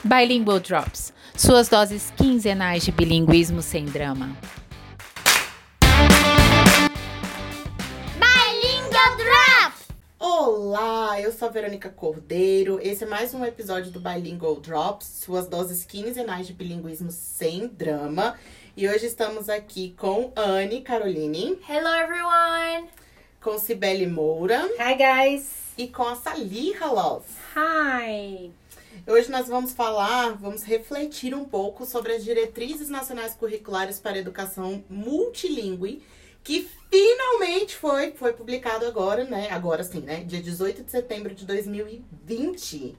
Bilingual Drops, suas doses quinzenais de bilinguismo sem drama. Bilingual Drops! Olá, eu sou a Verônica Cordeiro. Esse é mais um episódio do Bilingual Drops, suas doses quinzenais de bilinguismo sem drama. E hoje estamos aqui com Anne Caroline. Hello, everyone! Com Cibele Moura. Hi, guys! E com a Saliha Love. Hi! Hoje nós vamos refletir um pouco sobre as diretrizes nacionais curriculares para a educação multilingüe, que finalmente foi publicado agora, né? Agora sim, né? Dia 18 de setembro de 2020.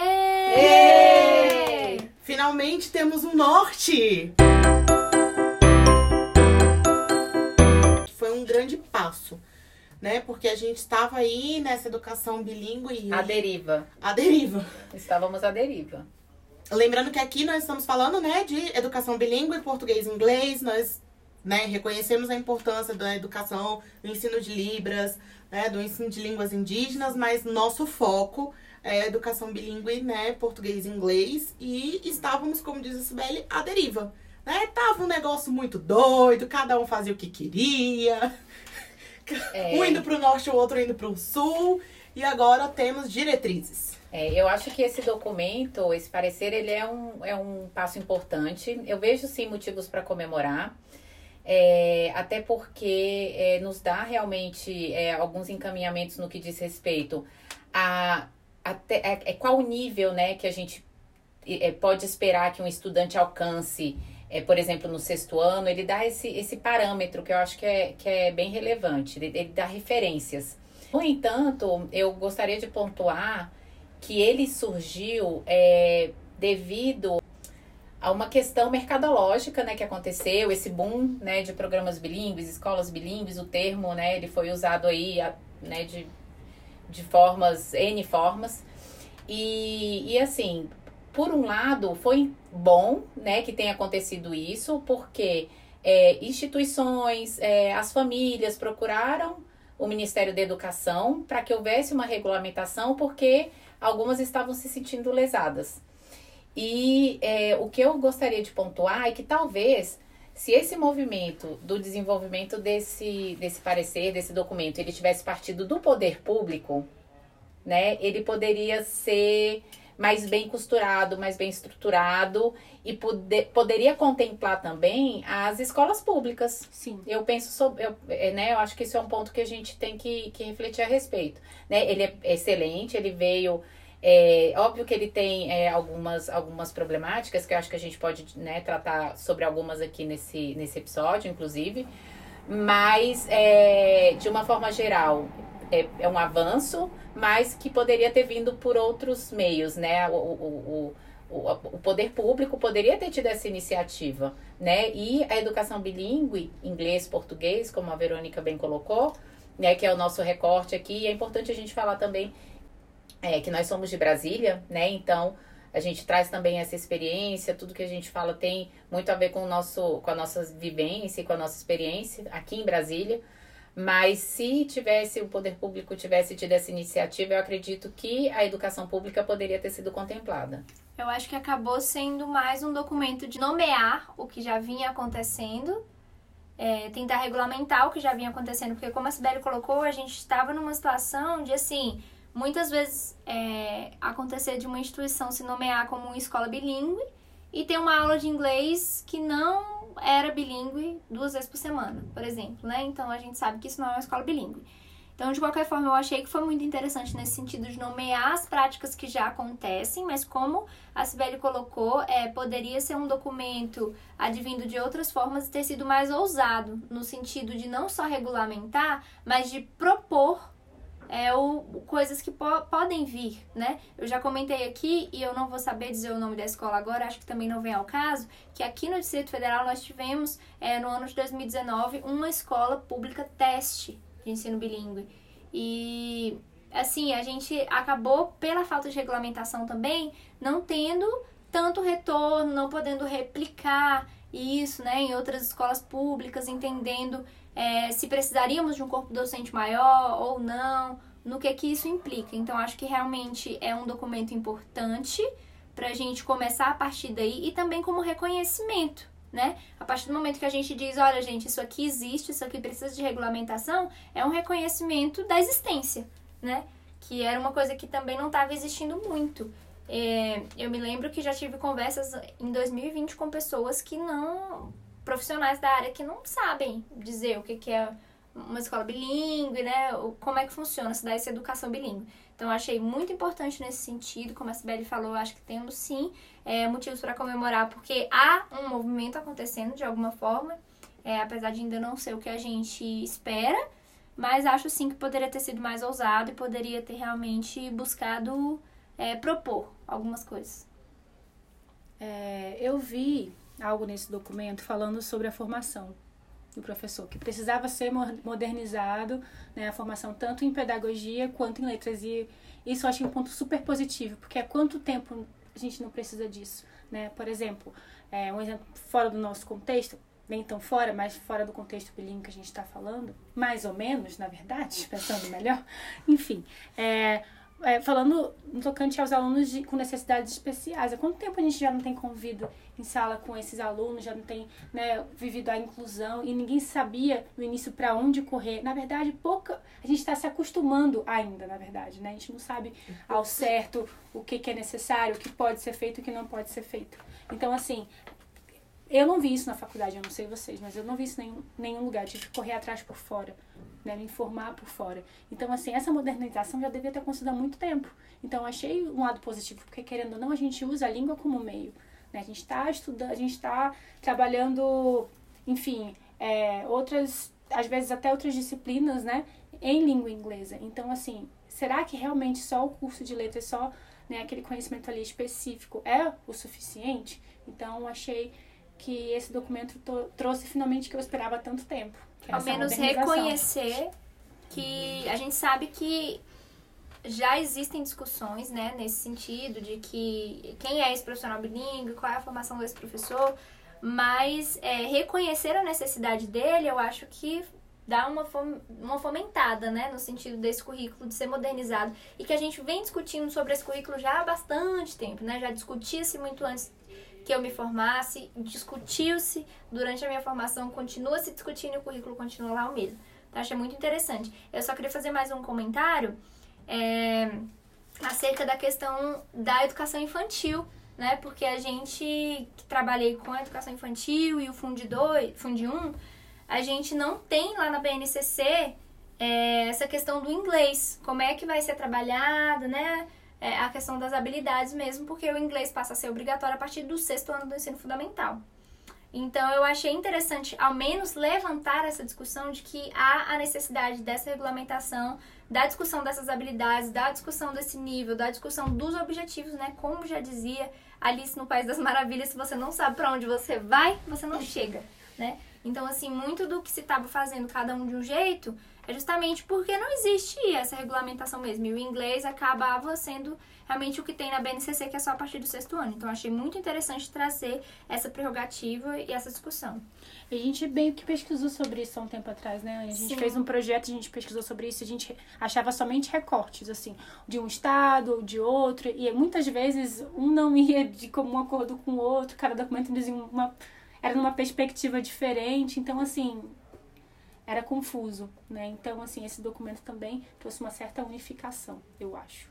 Finalmente temos um norte! Foi um grande passo, né? Porque a gente estava aí nessa educação bilíngue. À deriva. À deriva. Estávamos à deriva. Lembrando que aqui nós estamos falando, né, de educação bilíngue, português e inglês. Nós, né, reconhecemos a importância da educação, do ensino de Libras, né, do ensino de línguas indígenas, mas nosso foco é a educação bilíngue, né, português e inglês. E estávamos, como diz a Cibele, à deriva. Né? Tava um negócio muito doido, cada um fazia o que queria. Um indo pro norte, o outro indo pro sul. E agora temos diretrizes. Eu acho que esse documento, esse parecer, ele é um passo importante. Eu vejo, sim, motivos para comemorar. Até porque nos dá realmente alguns encaminhamentos no que diz respeito a qual o nível, né, que a gente pode esperar que um estudante alcance. Por exemplo, no sexto ano, ele dá esse parâmetro que eu acho que é bem relevante, ele dá referências. No entanto, eu gostaria de pontuar que ele surgiu devido a uma questão mercadológica, né, que aconteceu, esse boom, né, de programas bilíngues, escolas bilíngues, o termo, né, ele foi usado aí, né, de formas, N formas, e assim, por um lado, foi bom, né, que tenha acontecido isso, porque instituições, as famílias procuraram o Ministério da Educação para que houvesse uma regulamentação, porque algumas estavam se sentindo lesadas. E o que eu gostaria de pontuar é que talvez, se esse movimento do desenvolvimento desse parecer, desse documento, ele tivesse partido do poder público, né, ele poderia ser mais bem costurado, mais bem estruturado e poderia contemplar também as escolas públicas. Sim. Eu penso eu acho que isso é um ponto que a gente tem que refletir a respeito, né? Ele é excelente, ele veio, óbvio que ele tem algumas problemáticas que eu acho que a gente pode, né, tratar sobre algumas aqui nesse episódio, inclusive, mas de uma forma geral é um avanço, mas que poderia ter vindo por outros meios, né? O poder público poderia ter tido essa iniciativa, né? E a educação bilíngue, inglês, português, como a Verônica bem colocou, né? Que é o nosso recorte aqui. É importante a gente falar também que nós somos de Brasília, né? Então, a gente traz também essa experiência, tudo que a gente fala tem muito a ver com a nossa vivência e com a nossa experiência aqui em Brasília. Mas se o poder público tivesse tido essa iniciativa, eu acredito que a educação pública poderia ter sido contemplada. Eu acho que acabou sendo mais um documento de nomear o que já vinha acontecendo, tentar regulamentar o que já vinha acontecendo, porque como a Cibele colocou, a gente estava numa situação de, assim, muitas vezes acontecer de uma instituição se nomear como uma escola bilíngue e ter uma aula de inglês que não era bilíngue 2 vezes por semana, por exemplo, né? Então, a gente sabe que isso não é uma escola bilíngue. Então, de qualquer forma, eu achei que foi muito interessante nesse sentido de nomear as práticas que já acontecem, mas como a Cibele colocou, poderia ser um documento advindo de outras formas e ter sido mais ousado, no sentido de não só regulamentar, mas de propor coisas que podem vir, né? Eu já comentei aqui, e eu não vou saber dizer o nome da escola agora, acho que também não vem ao caso, que aqui no Distrito Federal nós tivemos, no ano de 2019, uma escola pública teste de ensino bilíngue. E, assim, a gente acabou, pela falta de regulamentação também, não tendo tanto retorno, não podendo replicar isso, né, em outras escolas públicas, entendendo se precisaríamos de um corpo docente maior ou não, no que isso implica. Então, acho que realmente é um documento importante pra gente começar a partir daí e também como reconhecimento, né? A partir do momento que a gente diz, olha, gente, isso aqui existe, isso aqui precisa de regulamentação, é um reconhecimento da existência, né? Que era uma coisa que também não estava existindo muito. Eu me lembro que já tive conversas em 2020 com pessoas que não... profissionais da área que não sabem dizer o que é uma escola bilíngue, né? Como é que funciona, se dá essa educação bilíngue. Então, eu achei muito importante nesse sentido, como a Sibeli falou, eu acho que temos sim motivos para comemorar, porque há um movimento acontecendo de alguma forma, apesar de ainda não ser o que a gente espera, mas acho sim que poderia ter sido mais ousado e poderia ter realmente buscado propor algumas coisas. Eu vi algo nesse documento falando sobre a formação do professor, que precisava ser modernizado, né, a formação tanto em pedagogia quanto em letras, e isso eu acho um ponto super positivo, porque há quanto tempo a gente não precisa disso, né? Por exemplo, um exemplo fora do nosso contexto, nem tão fora, mas fora do contexto bilíngue que a gente está falando, mais ou menos, na verdade, pensando melhor, enfim, falando no tocante aos alunos com necessidades especiais. Há quanto tempo a gente já não tem convido em sala com esses alunos, já não tem, né, vivido a inclusão, e ninguém sabia no início para onde correr. Na verdade, a gente está se acostumando ainda, na verdade, né? A gente não sabe ao certo o que é necessário, o que pode ser feito e o que não pode ser feito. Então, assim, eu não vi isso na faculdade, eu não sei vocês, mas eu não vi isso em nenhum lugar. Eu tive que correr atrás por fora, né, me informar por fora. Então, assim, essa modernização já devia ter acontecido há muito tempo. Então, eu achei um lado positivo, porque, querendo ou não, a gente usa a língua como meio, né? A gente está estudando, a gente está trabalhando, enfim, outras, às vezes até outras disciplinas, né, em língua inglesa. Então, assim, será que realmente só o curso de letras, só, né, aquele conhecimento ali específico é o suficiente? Então, eu achei que esse documento trouxe finalmente o que eu esperava há tanto tempo. Ao menos reconhecer que a gente sabe que já existem discussões, né, nesse sentido, de que quem é esse profissional bilíngue, qual é a formação desse professor, mas reconhecer a necessidade dele, eu acho que dá uma fomentada, né, no sentido desse currículo de ser modernizado, e que a gente vem discutindo sobre esse currículo já há bastante tempo, né, já discutia-se muito antes que eu me formasse, discutiu-se durante a minha formação, continua se discutindo e o currículo continua lá o mesmo. Então, achei muito interessante. Eu só queria fazer mais um comentário acerca da questão da educação infantil, né? Porque a gente que trabalhei com a educação infantil e o Fundi 1, a gente não tem lá na BNCC essa questão do inglês. Como é que vai ser trabalhado, né? A questão das habilidades mesmo, porque o inglês passa a ser obrigatório a partir do 6º ano do ensino fundamental. Então, eu achei interessante, ao menos, levantar essa discussão de que há a necessidade dessa regulamentação, da discussão dessas habilidades, da discussão desse nível, da discussão dos objetivos, né? Como já dizia Alice no País das Maravilhas, se você não sabe para onde você vai, você não chega, né? Então, assim, muito do que se estava fazendo cada um de um jeito é justamente porque não existia essa regulamentação mesmo. E o inglês acabava sendo realmente o que tem na BNCC, que é só a partir do 6º ano. Então, achei muito interessante trazer essa prerrogativa e essa discussão. E a gente meio que pesquisou sobre isso há um tempo atrás, né? A gente fez um projeto, a gente pesquisou sobre isso, a gente achava somente recortes, assim, de um estado ou de outro. E muitas vezes um não ia de comum acordo com o outro, cada documento dizia era numa perspectiva diferente. Então, assim, era confuso, né? Então, assim, esse documento também trouxe uma certa unificação, eu acho.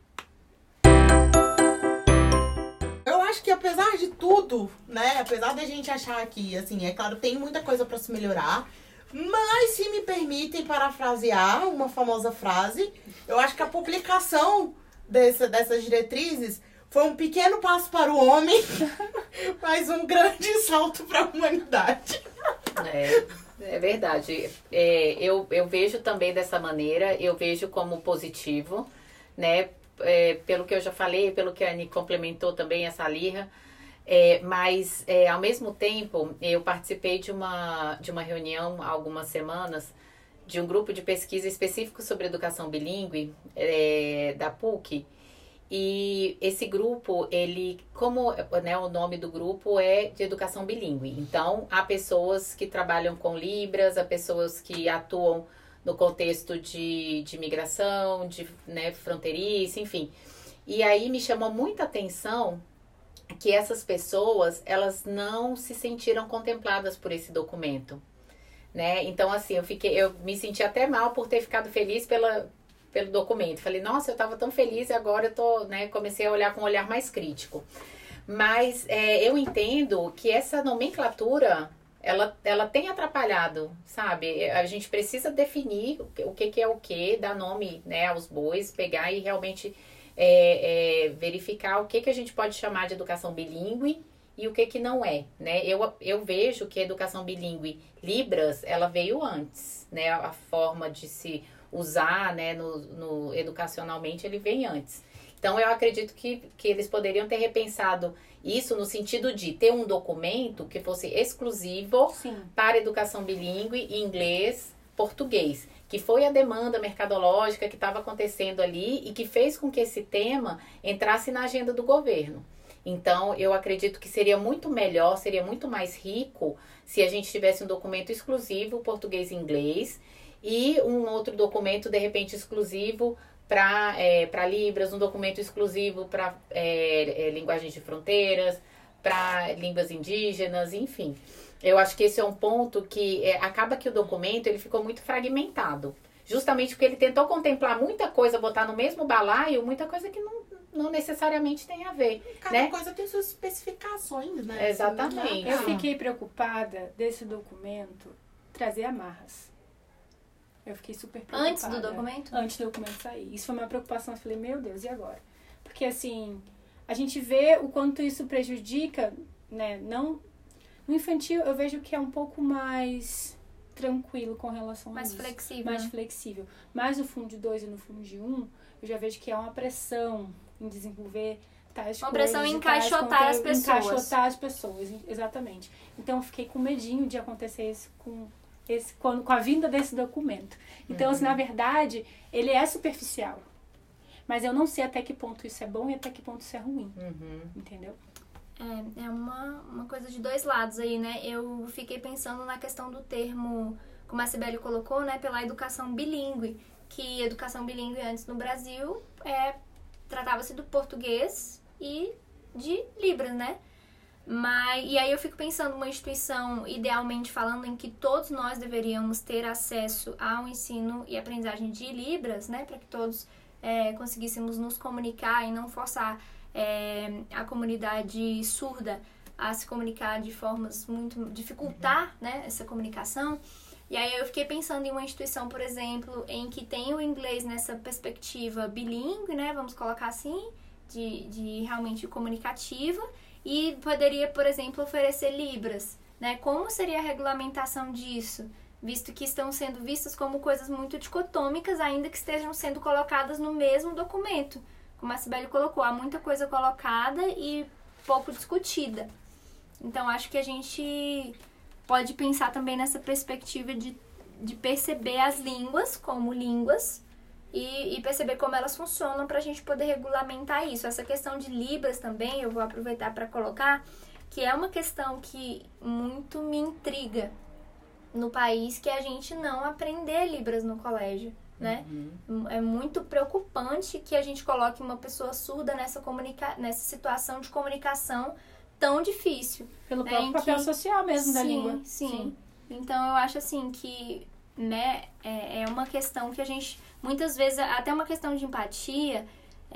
Eu acho que apesar de tudo, né? Apesar da gente achar que, assim, é claro, tem muita coisa pra se melhorar, mas se me permitem parafrasear uma famosa frase, eu acho que a publicação dessas diretrizes foi um pequeno passo para o homem, mas um grande salto para a humanidade. É verdade. Eu vejo também dessa maneira, eu vejo como positivo, né? Pelo que eu já falei, pelo que a Anny complementou também, essa Lirra. Mas, ao mesmo tempo, eu participei de uma reunião há algumas semanas de um grupo de pesquisa específico sobre educação bilíngue da PUC. E esse grupo, né, o nome do grupo é de educação bilíngue. Então, há pessoas que trabalham com Libras, há pessoas que atuam no contexto de migração, né, fronteiriça, enfim. E aí me chamou muita atenção que essas pessoas, elas não se sentiram contempladas por esse documento, né? Então, assim, eu me senti até mal por ter ficado feliz pelo documento. Falei, nossa, eu estava tão feliz e agora eu tô, né, comecei a olhar com um olhar mais crítico. Mas eu entendo que essa nomenclatura, ela tem atrapalhado, sabe? A gente precisa definir o que é o que, dar nome, né, aos bois, pegar e realmente verificar o que a gente pode chamar de educação bilíngue e o que não é, né? Eu vejo que a educação bilíngue Libras, ela veio antes, né? A forma de se usar, né, educacionalmente, ele vem antes. Então, eu acredito que eles poderiam ter repensado isso no sentido de ter um documento que fosse exclusivo Sim. para educação bilíngue, inglês, português, que foi a demanda mercadológica que estava acontecendo ali e que fez com que esse tema entrasse na agenda do governo. Então, eu acredito que seria muito melhor, seria muito mais rico se a gente tivesse um documento exclusivo português e inglês e um outro documento, de repente, exclusivo para Libras, um documento exclusivo para linguagens de fronteiras, para línguas indígenas, enfim. Eu acho que esse é um ponto que acaba que o documento ele ficou muito fragmentado. Justamente porque ele tentou contemplar muita coisa, botar no mesmo balaio, muita coisa que não necessariamente tem a ver. Cada né? coisa tem suas especificações, né? Exatamente. Eu fiquei preocupada desse documento trazer amarras. Eu fiquei super preocupada. Antes do documento? Antes do documento sair. Isso foi uma preocupação. Eu falei, meu Deus, e agora? Porque, assim, a gente vê o quanto isso prejudica, né? Não... No infantil, eu vejo que é um pouco mais tranquilo com relação a isso. Mais flexível. Mais flexível. Mas no Fundo 2 e no Fundo 1, eu já vejo que há uma pressão em desenvolver tais coisas. Uma pressão em encaixotar as pessoas. Encaixotar as pessoas, exatamente. Então, eu fiquei com medinho de acontecer isso com a vinda desse documento. Então, assim, na verdade, ele é superficial. Mas eu não sei até que ponto isso é bom e até que ponto isso é ruim. Entendeu? É uma coisa de dois lados aí, né? Eu fiquei pensando na questão do termo, como a Cibele colocou, né? Pela educação bilíngue. Que educação bilíngue antes no Brasil tratava-se do português e de Libras, né? E aí eu fico pensando uma instituição, idealmente falando, em que todos nós deveríamos ter acesso ao ensino e aprendizagem de Libras, né? Para que todos conseguíssemos nos comunicar e não forçar a comunidade surda a se comunicar de formas muito... dificultar, né, essa comunicação. E aí eu fiquei pensando em uma instituição, por exemplo, em que tem o inglês nessa perspectiva bilíngue, né, vamos colocar assim, de realmente comunicativa, e poderia, por exemplo, oferecer Libras, né? Como seria a regulamentação disso? Visto que estão sendo vistas como coisas muito dicotômicas, ainda que estejam sendo colocadas no mesmo documento. Como a Cibele colocou, há muita coisa colocada e pouco discutida. Então, acho que a gente pode pensar também nessa perspectiva de perceber as línguas como línguas e perceber como elas funcionam para a gente poder regulamentar isso. Essa questão de Libras também, eu vou aproveitar para colocar, que é uma questão que muito me intriga no país, que é a gente não aprender Libras no colégio. Né? É muito preocupante que a gente coloque uma pessoa surda nessa situação de comunicação tão difícil. Pelo próprio papel social mesmo da língua. Sim. Então, eu acho assim que, né, é uma questão que a gente, muitas vezes, até uma questão de empatia,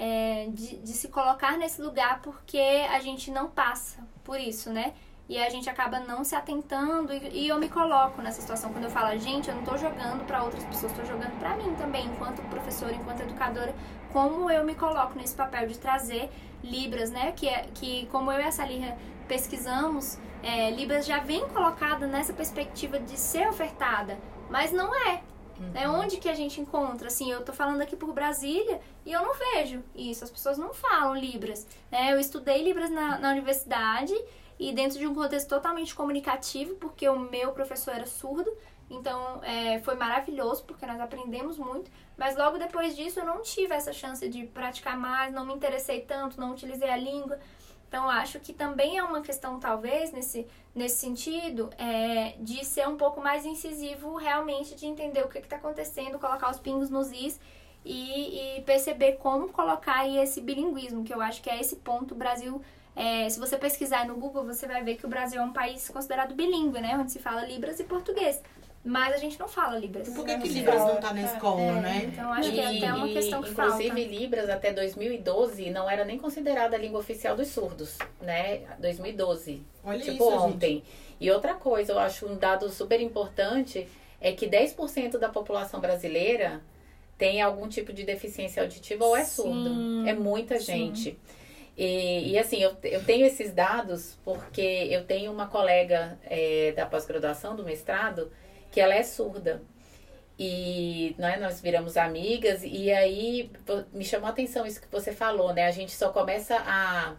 de se colocar nesse lugar porque a gente não passa por isso, né? E a gente acaba não se atentando e eu me coloco nessa situação. Quando eu falo, gente, eu não tô jogando para outras pessoas, tô jogando para mim também, enquanto professora, enquanto educadora, como eu me coloco nesse papel de trazer Libras, né? Que como eu e a Salihra pesquisamos, Libras já vem colocada nessa perspectiva de ser ofertada, mas não é. Onde que a gente encontra? Assim, eu tô falando aqui por Brasília e eu não vejo isso, as pessoas não falam Libras, né? Eu estudei Libras na universidade e dentro de um contexto totalmente comunicativo, porque o meu professor era surdo, então foi maravilhoso, porque nós aprendemos muito, mas logo depois disso eu não tive essa chance de praticar mais, não me interessei tanto, não utilizei a língua. Então, acho que também é uma questão, talvez, nesse sentido, de ser um pouco mais incisivo, realmente, de entender o que está acontecendo, colocar os pingos nos is e perceber como colocar aí esse bilinguismo, que eu acho que é esse ponto. O Brasil, se você pesquisar no Google, você vai ver que o Brasil é um país considerado bilíngue, né? Onde se fala Libras e português. Mas a gente não fala Libras. Por que Libras não tá na escola, né? Então, acho que é até uma questão que falta. Inclusive, Libras, até 2012, não era nem considerada a língua oficial dos surdos, né? 2012. Olha tipo, isso, ontem. gente. E outra coisa, eu acho um dado super importante, é que 10% da população brasileira tem algum tipo de deficiência auditiva ou é surdo. É muita gente. E assim, eu tenho esses dados porque eu tenho uma colega da pós-graduação, do mestrado, que ela é surda. E nós viramos amigas, e aí me chamou a atenção isso que você falou, né? A gente só começa a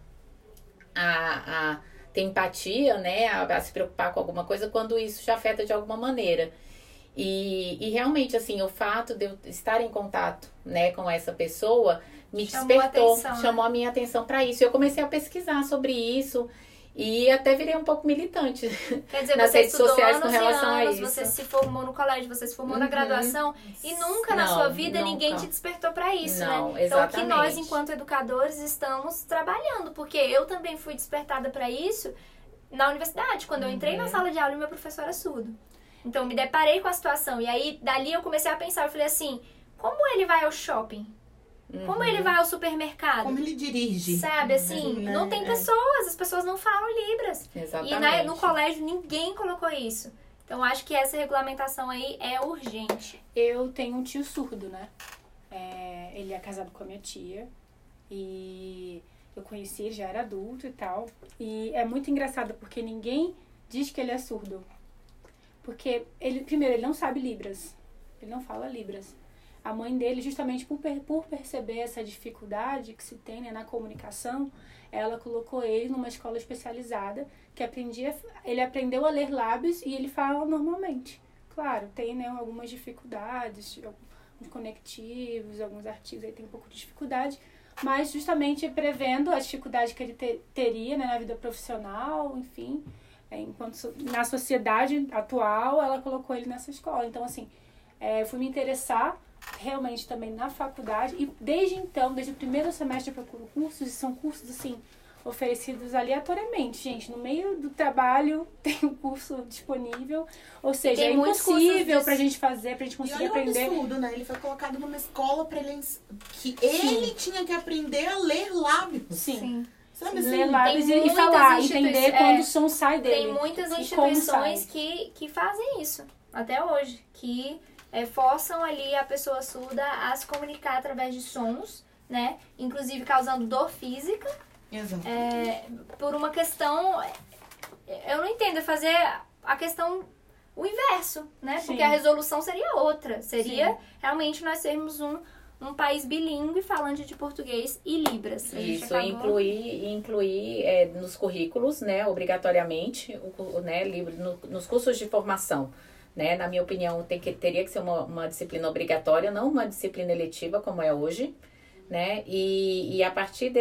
ter empatia, né? A se preocupar com alguma coisa quando isso já afeta de alguma maneira. E realmente, assim, o fato de eu estar em contato, né, com essa pessoa me despertou, chamou a minha atenção para isso. Eu comecei a pesquisar sobre isso. E até virei um pouco militante. Quer dizer, nas você redes sociais anos com relação e anos, a isso. você se formou no colégio, você se formou na graduação e nunca na sua vida ninguém te despertou para isso, não, né? Exatamente. Então, que nós, enquanto educadores, estamos trabalhando. Porque eu também fui despertada para isso na universidade. Quando eu entrei na sala de aula, meu professor era surdo. Então, eu me deparei com a situação. E aí, dali eu comecei a pensar. Eu falei assim, como ele vai ao shopping? Como ele vai ao supermercado? Como ele dirige? Sabe, assim, não tem pessoas, as pessoas não falam Libras. Exatamente. E no colégio ninguém colocou isso. Então, acho que essa regulamentação aí é urgente. Eu tenho um tio surdo, né? Ele é casado com a minha tia. E eu conheci, ele já era adulto e tal. E é muito engraçado porque ninguém diz que ele é surdo. Porque, primeiro, ele não sabe Libras. Ele não fala Libras. A mãe dele, justamente por perceber essa dificuldade que se tem, né, na comunicação, ela colocou ele numa escola especializada que ele aprendeu a ler lábios e ele fala normalmente. Claro, tem, né, algumas dificuldades, alguns conectivos, alguns artigos aí tem um pouco de dificuldade, mas justamente prevendo a dificuldade que ele teria, né, na vida profissional, enfim, enquanto na sociedade atual, ela colocou ele nessa escola. Então, assim, eu fui me interessar realmente também na faculdade e desde então, desde o primeiro semestre eu procuro cursos e são cursos assim oferecidos aleatoriamente, gente, no meio do trabalho tem um curso disponível, ou seja, é impossível pra gente fazer, pra gente conseguir aprender. E olha o absurdo, né? Ele foi colocado numa escola pra ele ele tinha que aprender a ler lábios. Sim. Sabe, assim, ler lábios e falar, entender quando o som sai dele. Tem muitas instituições que fazem isso até hoje, que forçam ali a pessoa surda a se comunicar através de sons, né? Inclusive causando dor física. Exato. Por uma questão... Eu não entendo, fazer a questão o inverso, né? Sim. Porque a resolução seria outra. Seria realmente nós sermos um país bilíngue falante de português e Libras. Isso, incluir nos currículos, né, obrigatoriamente, né, nos cursos de formação. Né? Na minha opinião, teria que ser uma disciplina obrigatória, não uma disciplina eletiva como é hoje, né? E a partir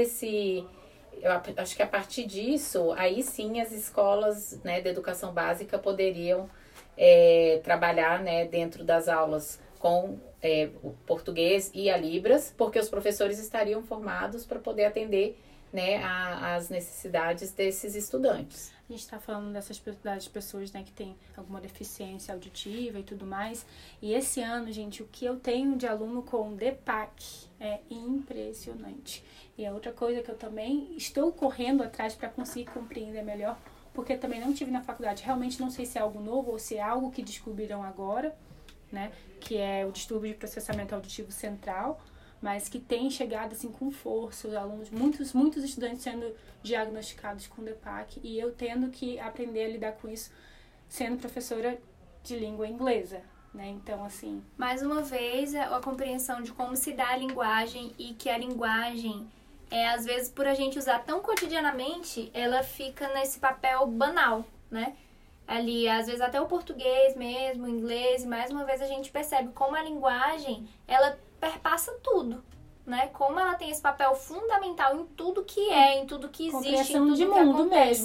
eu acho que a partir disso, aí sim as escolas, né, de educação básica poderiam trabalhar, né, dentro das aulas com o português e a Libras, porque os professores estariam formados para poder atender, né, as necessidades desses estudantes. A gente está falando das pessoas, né, que têm alguma deficiência auditiva e tudo mais. E esse ano, gente, o que eu tenho de aluno com DEPAC é impressionante. E a outra coisa que eu também estou correndo atrás para conseguir compreender melhor, porque também não tive na faculdade. Realmente não sei se é algo novo ou se é algo que descobriram agora, né, que é o distúrbio de processamento auditivo central, mas que tem chegado assim com força, os alunos, muitos estudantes sendo diagnosticados com DEPAC e eu tendo que aprender a lidar com isso sendo professora de língua inglesa, né? Então, assim... Mais uma vez, a compreensão de como se dá a linguagem e que a linguagem, às vezes, por a gente usar tão cotidianamente, ela fica nesse papel banal, né? Ali, às vezes, até o português mesmo, o inglês, e mais uma vez a gente percebe como a linguagem, ela perpassa tudo, né? Como ela tem esse papel fundamental em tudo que em tudo que existe, em tudo que acontece. Mesmo.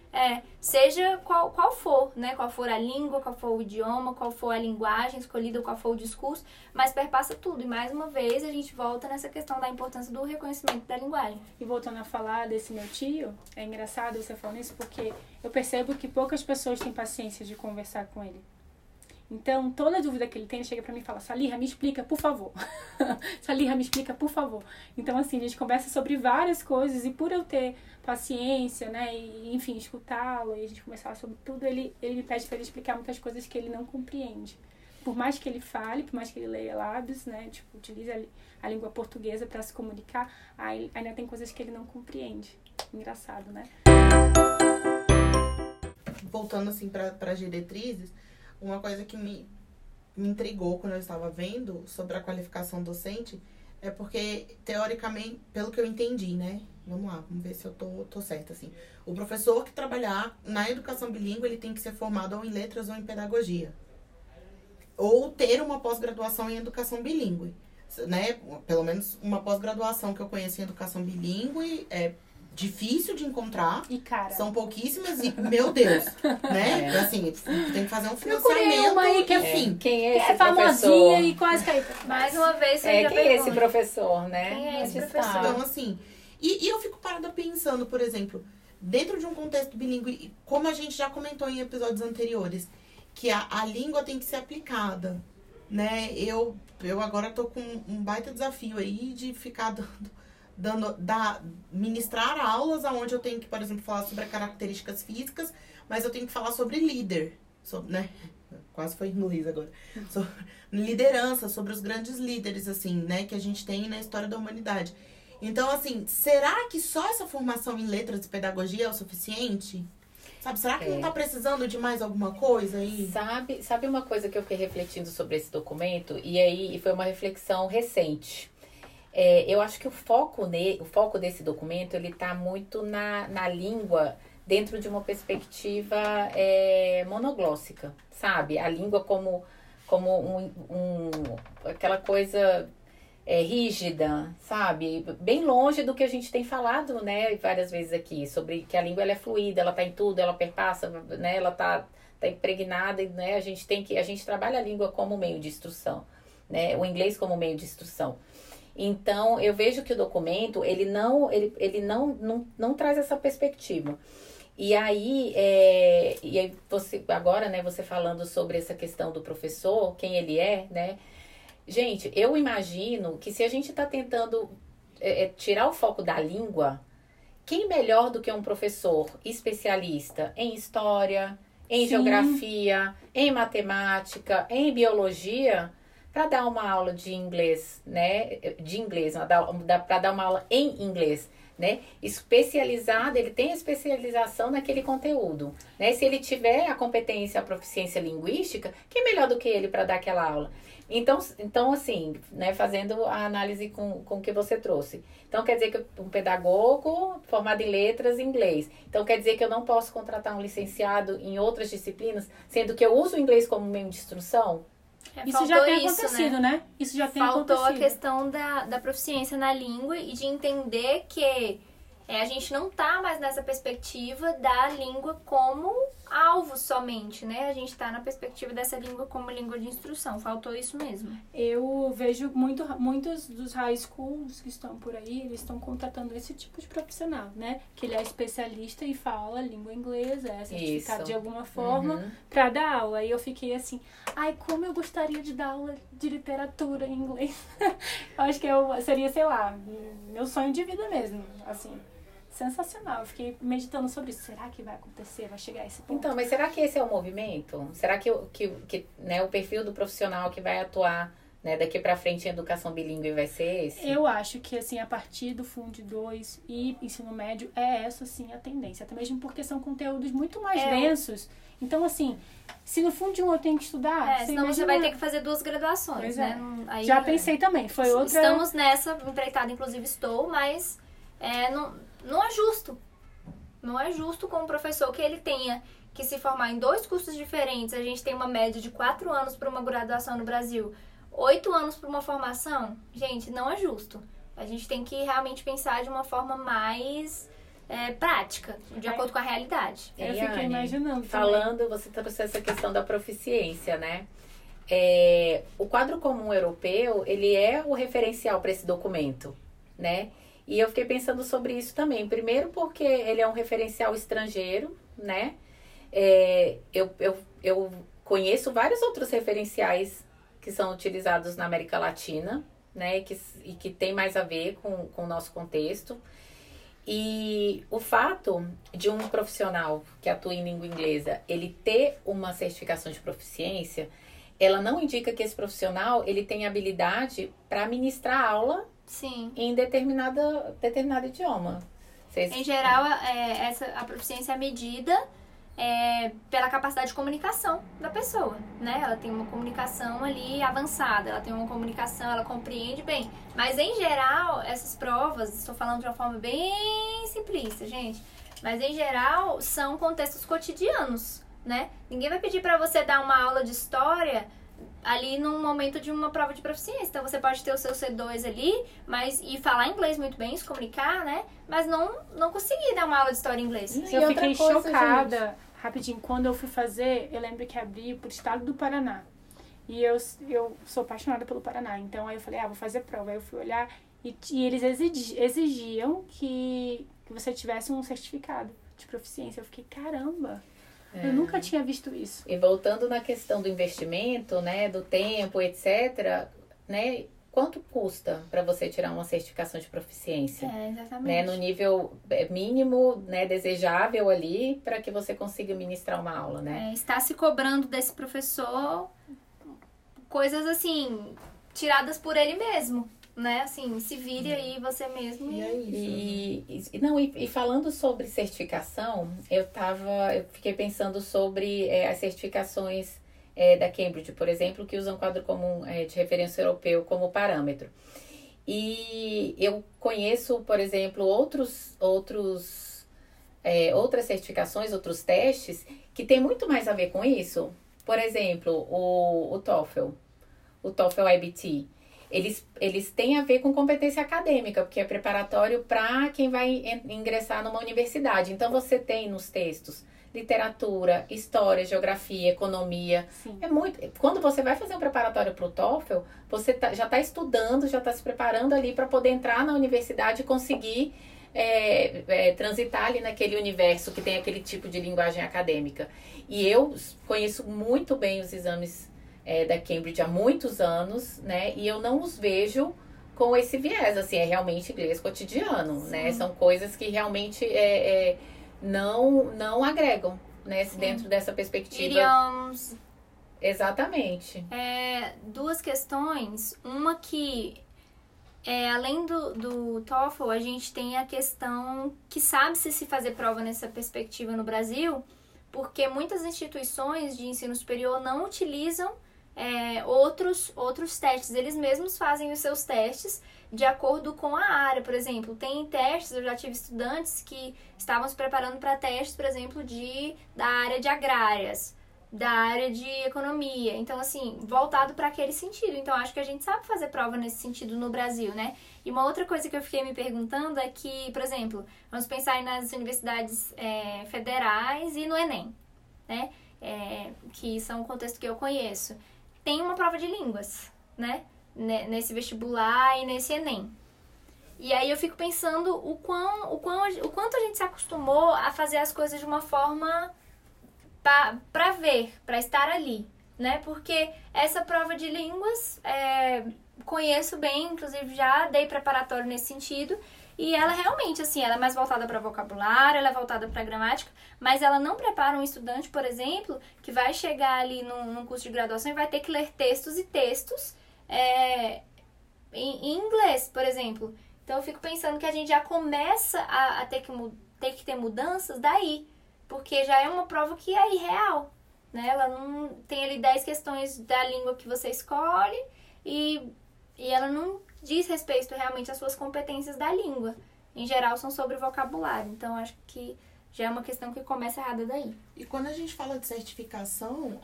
Seja qual for, né? Qual for a língua, qual for o idioma, qual for a linguagem escolhida, qual for o discurso, mas perpassa tudo. E mais uma vez a gente volta nessa questão da importância do reconhecimento da linguagem. E voltando a falar desse meu tio, é engraçado você falando isso porque eu percebo que poucas pessoas têm paciência de conversar com ele. Então, toda dúvida que ele tem, ele chega pra mim e fala, Salirra, me explica, por favor. Salirra, me explica, por favor. Então, assim, a gente conversa sobre várias coisas e por eu ter paciência, né, e, enfim, escutá-lo e a gente conversar sobre tudo, ele me pede pra ele explicar muitas coisas que ele não compreende. Por mais que ele fale, por mais que ele leia lábios, né, tipo, utilize a língua portuguesa pra se comunicar, ainda tem coisas que ele não compreende. Engraçado, né? Voltando, assim, para as diretrizes, uma coisa que me intrigou quando eu estava vendo sobre a qualificação docente é porque, teoricamente, pelo que eu entendi, né? Vamos lá, vamos ver se eu tô certa, assim. O professor que trabalhar na educação bilíngue, ele tem que ser formado ou em letras ou em pedagogia. Ou ter uma pós-graduação em educação bilíngue, né? Pelo menos uma pós-graduação que eu conheço em educação bilíngue é difícil de encontrar. E cara, são pouquíssimas e, meu Deus, né? Assim, tem que fazer um procurei uma aí financiamento, que enfim. Quem é esse famosinha professor? e quase caiu. Mais uma vez, você já Quem é esse pergunta. professor, né? Quem é esse Onde professor? está? Então, assim, e eu fico parada pensando, por exemplo, dentro de um contexto bilíngue, como a gente já comentou em episódios anteriores, que a língua tem que ser aplicada, né? Eu agora tô com um baita desafio aí de ficar ministrar aulas onde eu tenho que, por exemplo, falar sobre características físicas, mas eu tenho que falar sobre líder, né? Quase foi inglês agora. Sobre liderança, sobre os grandes líderes, assim, né? Que a gente tem na história da humanidade. Então, assim, será que só essa formação em letras e pedagogia é o suficiente? Sabe, será que não tá precisando de mais alguma coisa aí? Sabe uma coisa que eu fiquei refletindo sobre esse documento? E aí foi uma reflexão recente. Eu acho que o foco desse documento, ele tá muito na língua dentro de uma perspectiva monoglóssica, sabe? A língua como aquela coisa rígida, sabe? Bem longe do que a gente tem falado, né, várias vezes aqui, sobre que a língua ela é fluida, ela tá em tudo, ela perpassa, né, ela tá impregnada, né? A gente trabalha a língua como meio de instrução, né? O inglês como meio de instrução. Então, eu vejo que o documento, ele não traz essa perspectiva. E aí você, agora, né, você falando sobre essa questão do professor, quem ele é, né? Gente, eu imagino que se a gente está tentando tirar o foco da língua, quem melhor do que um professor especialista em história, em geografia, em matemática, em biologia, para dar uma aula de inglês, né? Para dar uma aula em inglês, né? Especializado, ele tem a especialização naquele conteúdo, né? Se ele tiver a competência, a proficiência linguística, quem melhor do que ele para dar aquela aula? Então assim, né? Fazendo a análise com o que você trouxe. Então, quer dizer que um pedagogo formado em letras em inglês. Então, quer dizer que eu não posso contratar um licenciado em outras disciplinas, sendo que eu uso o inglês como meio de instrução? Isso já tem acontecido, né? Isso já tem acontecido. Faltou a questão da proficiência na língua e de entender que a gente não tá mais nessa perspectiva da língua como alvo somente, né? A gente tá na perspectiva dessa língua como língua de instrução. Faltou isso mesmo. Eu vejo muitos dos high schools que estão por aí, eles estão contratando esse tipo de profissional, né? Que ele é especialista e fala língua inglesa, é certificado de alguma forma para dar aula. E eu fiquei assim, como eu gostaria de dar aula de literatura em inglês. Eu acho que seria, sei lá, meu sonho de vida mesmo, assim. Sensacional, eu fiquei meditando sobre isso. Será que vai acontecer? Vai chegar a esse ponto? Então, mas será que esse é o movimento? Será que né, o perfil do profissional que vai atuar, né, daqui pra frente em educação bilíngue vai ser esse? Eu acho que, assim, a partir do Fundo 2 e ensino médio é essa, assim, a tendência. Até mesmo porque são conteúdos muito mais densos. Então, assim, se no Fundo 1 eu tenho que estudar... senão você vai ter que fazer 2 graduações, né? Aí, já pensei também, foi outra... Estamos nessa empreitada, inclusive estou, mas não é justo. Não é justo com um professor que ele tenha que se formar em 2 cursos diferentes. A gente tem uma média de 4 anos para uma graduação no Brasil, 8 anos para uma formação. Gente, não é justo. A gente tem que realmente pensar de uma forma mais prática, de acordo com a realidade. Eu fiquei imaginando falando, você trouxe essa questão da proficiência, né? O quadro comum europeu, ele é o referencial para esse documento, né? E eu fiquei pensando sobre isso também. Primeiro porque ele é um referencial estrangeiro, né? Eu conheço vários outros referenciais que são utilizados na América Latina, né? E que tem mais a ver com o nosso contexto. E o fato de um profissional que atua em língua inglesa, ele ter uma certificação de proficiência, ela não indica que esse profissional ele tem habilidade para ministrar aula Sim. em determinado idioma. Em geral, a proficiência é medida pela capacidade de comunicação da pessoa, né? Ela tem uma comunicação ali avançada, ela tem uma comunicação, ela compreende bem. Mas, em geral, essas provas, estou falando de uma forma bem simplista, gente, mas, em geral, são contextos cotidianos, né? Ninguém vai pedir para você dar uma aula de história ali num momento de uma prova de proficiência. Então, você pode ter o seu C2 ali, e falar inglês muito bem, se comunicar, né? Mas não conseguir dar uma aula de história em inglês. Eu fiquei chocada, rapidinho, quando eu fui fazer, eu lembro que abri pro estado do Paraná. E eu sou apaixonada pelo Paraná, então aí eu falei, vou fazer prova. Aí eu fui olhar e eles exigiam que você tivesse um certificado de proficiência. Eu fiquei, caramba! Eu nunca tinha visto isso. E voltando na questão do investimento, né, do tempo, etc., né, quanto custa para você tirar uma certificação de proficiência? Exatamente. Né, no nível mínimo, né, desejável ali, para que você consiga ministrar uma aula, né? Está se cobrando desse professor coisas, assim, tiradas por ele mesmo, né? Assim, se vire aí você mesmo. E é isso. E falando sobre certificação, eu fiquei pensando sobre as certificações da Cambridge, por exemplo, que usam quadro comum de referência europeu como parâmetro. E eu conheço, por exemplo, outras certificações, outros testes, que tem muito mais a ver com isso. Por exemplo, o TOEFL IBT. Eles têm a ver com competência acadêmica, porque é preparatório para quem vai ingressar numa universidade. Então, você tem nos textos literatura, história, geografia, economia. Sim. Quando você vai fazer um preparatório para o TOEFL, você já está estudando, já está se preparando ali para poder entrar na universidade e conseguir transitar ali naquele universo que tem aquele tipo de linguagem acadêmica. E eu conheço muito bem os exames da Cambridge há muitos anos, né? E eu não os vejo com esse viés, assim, é realmente inglês cotidiano, Sim. né? São coisas que realmente não agregam, né? Dentro dessa perspectiva. Idioms. Exatamente. Duas questões. Uma que, além do TOEFL, a gente tem a questão que sabe-se se fazer prova nessa perspectiva no Brasil, porque muitas instituições de ensino superior não utilizam outros testes. Eles mesmos fazem os seus testes de acordo com a área. Por exemplo, tem testes, eu já tive estudantes que estavam se preparando para testes, por exemplo, da área de agrárias, da área de economia. Então, assim, voltado para aquele sentido. Então, acho que a gente sabe fazer prova nesse sentido no Brasil, né? E uma outra coisa que eu fiquei me perguntando é que, por exemplo, vamos pensar aí nas universidades federais e no Enem, né? Que são o contexto que eu conheço. Tem uma prova de línguas, né? Nesse vestibular e nesse Enem. E aí eu fico pensando o quanto a gente se acostumou a fazer as coisas de uma forma para ver, para estar ali, né? Porque essa prova de línguas, conheço bem, inclusive já dei preparatório nesse sentido, e ela realmente, assim, ela é mais voltada para vocabulário, ela é voltada para gramática, mas ela não prepara um estudante, por exemplo, que vai chegar ali num curso de graduação e vai ter que ler textos e textos em inglês, por exemplo. Então eu fico pensando que a gente já começa a ter que ter mudanças daí, porque já é uma prova que é irreal, né? Ela não tem ali 10 questões da língua que você escolhe e ela não diz respeito realmente às suas competências da língua. Em geral, são sobre vocabulário. Então, acho que já é uma questão que começa errada daí. E quando a gente fala de certificação,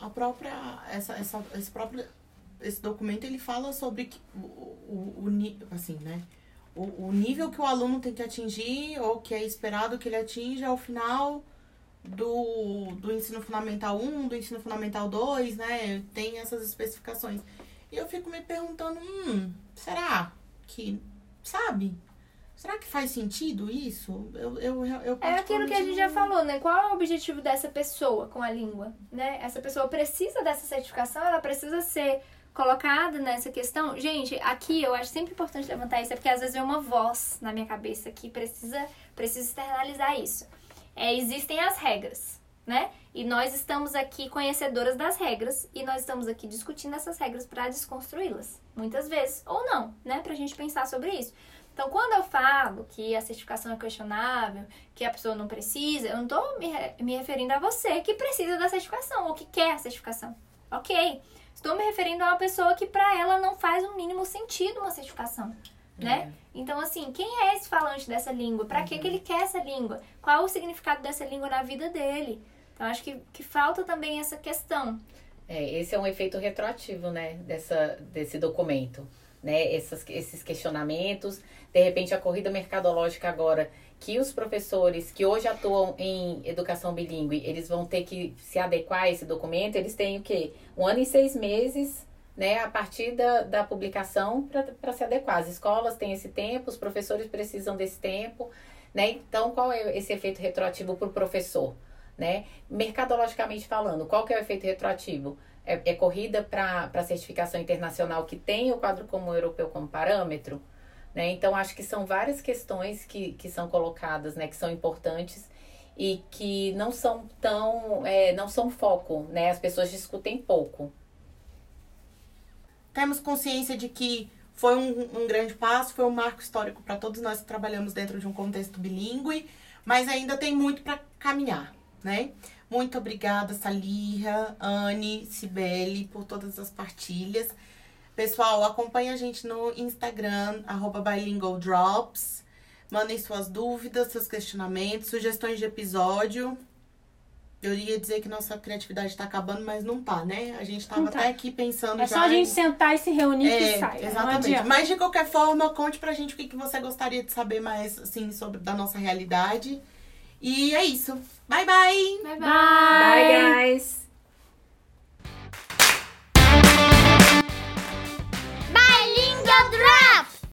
esse documento, ele fala sobre assim, né? o nível que o aluno tem que atingir, ou que é esperado que ele atinja ao final do ensino fundamental 1, do ensino fundamental 2, né? Tem essas especificações. E eu fico me perguntando, será que, sabe? Será que faz sentido isso? É aquilo que a gente já falou, né? Qual é o objetivo dessa pessoa com a língua, né? Essa pessoa precisa dessa certificação, ela precisa ser colocada nessa questão. Gente, aqui eu acho sempre importante levantar isso, é porque às vezes vem uma voz na minha cabeça que precisa externalizar isso. Existem as regras, né? E nós estamos aqui conhecedoras das regras e nós estamos aqui discutindo essas regras para desconstruí-las, muitas vezes, ou não, né? Pra gente pensar sobre isso. Então, quando eu falo que a certificação é questionável, que a pessoa não precisa, eu não tô me referindo a você que precisa da certificação ou que quer a certificação. Ok. Estou me referindo a uma pessoa que para ela não faz o mínimo sentido uma certificação, né? Então, assim, quem é esse falante dessa língua? Para que ele quer essa língua? Qual o significado dessa língua na vida dele? Então, acho que falta também essa questão. Esse é um efeito retroativo, né, desse documento, né? Esses questionamentos, de repente a corrida mercadológica agora, que os professores que hoje atuam em educação bilíngue, eles vão ter que se adequar a esse documento, eles têm o quê? 1 ano e 6 meses, né, a partir da publicação para se adequar. As escolas têm esse tempo, os professores precisam desse tempo, né? Então, qual é esse efeito retroativo para o professor, né? Mercadologicamente falando, qual que é o efeito retroativo? É corrida para certificação internacional que tem o quadro comum europeu como parâmetro, né? Então, acho que são várias questões que são colocadas, né, que são importantes e que não são não são foco, né? As pessoas discutem pouco. Temos consciência de que foi um grande passo, foi um marco histórico para todos nós que trabalhamos dentro de um contexto bilíngue, mas ainda tem muito para caminhar, né? Muito obrigada, Salihra, Anne, Cibele, por todas as partilhas. Pessoal, acompanhe a gente no Instagram, @bilingualdrops. Mandem suas dúvidas, seus questionamentos, sugestões de episódio. Eu ia dizer que nossa criatividade está acabando, mas não tá, né? A gente tava até aqui pensando já... É só a gente sentar e se reunir que sai. Exatamente. Mas, de qualquer forma, conte pra gente o que você gostaria de saber mais, assim, da nossa realidade. E é isso. Bye, bye! Bye, bye! Bye, guys!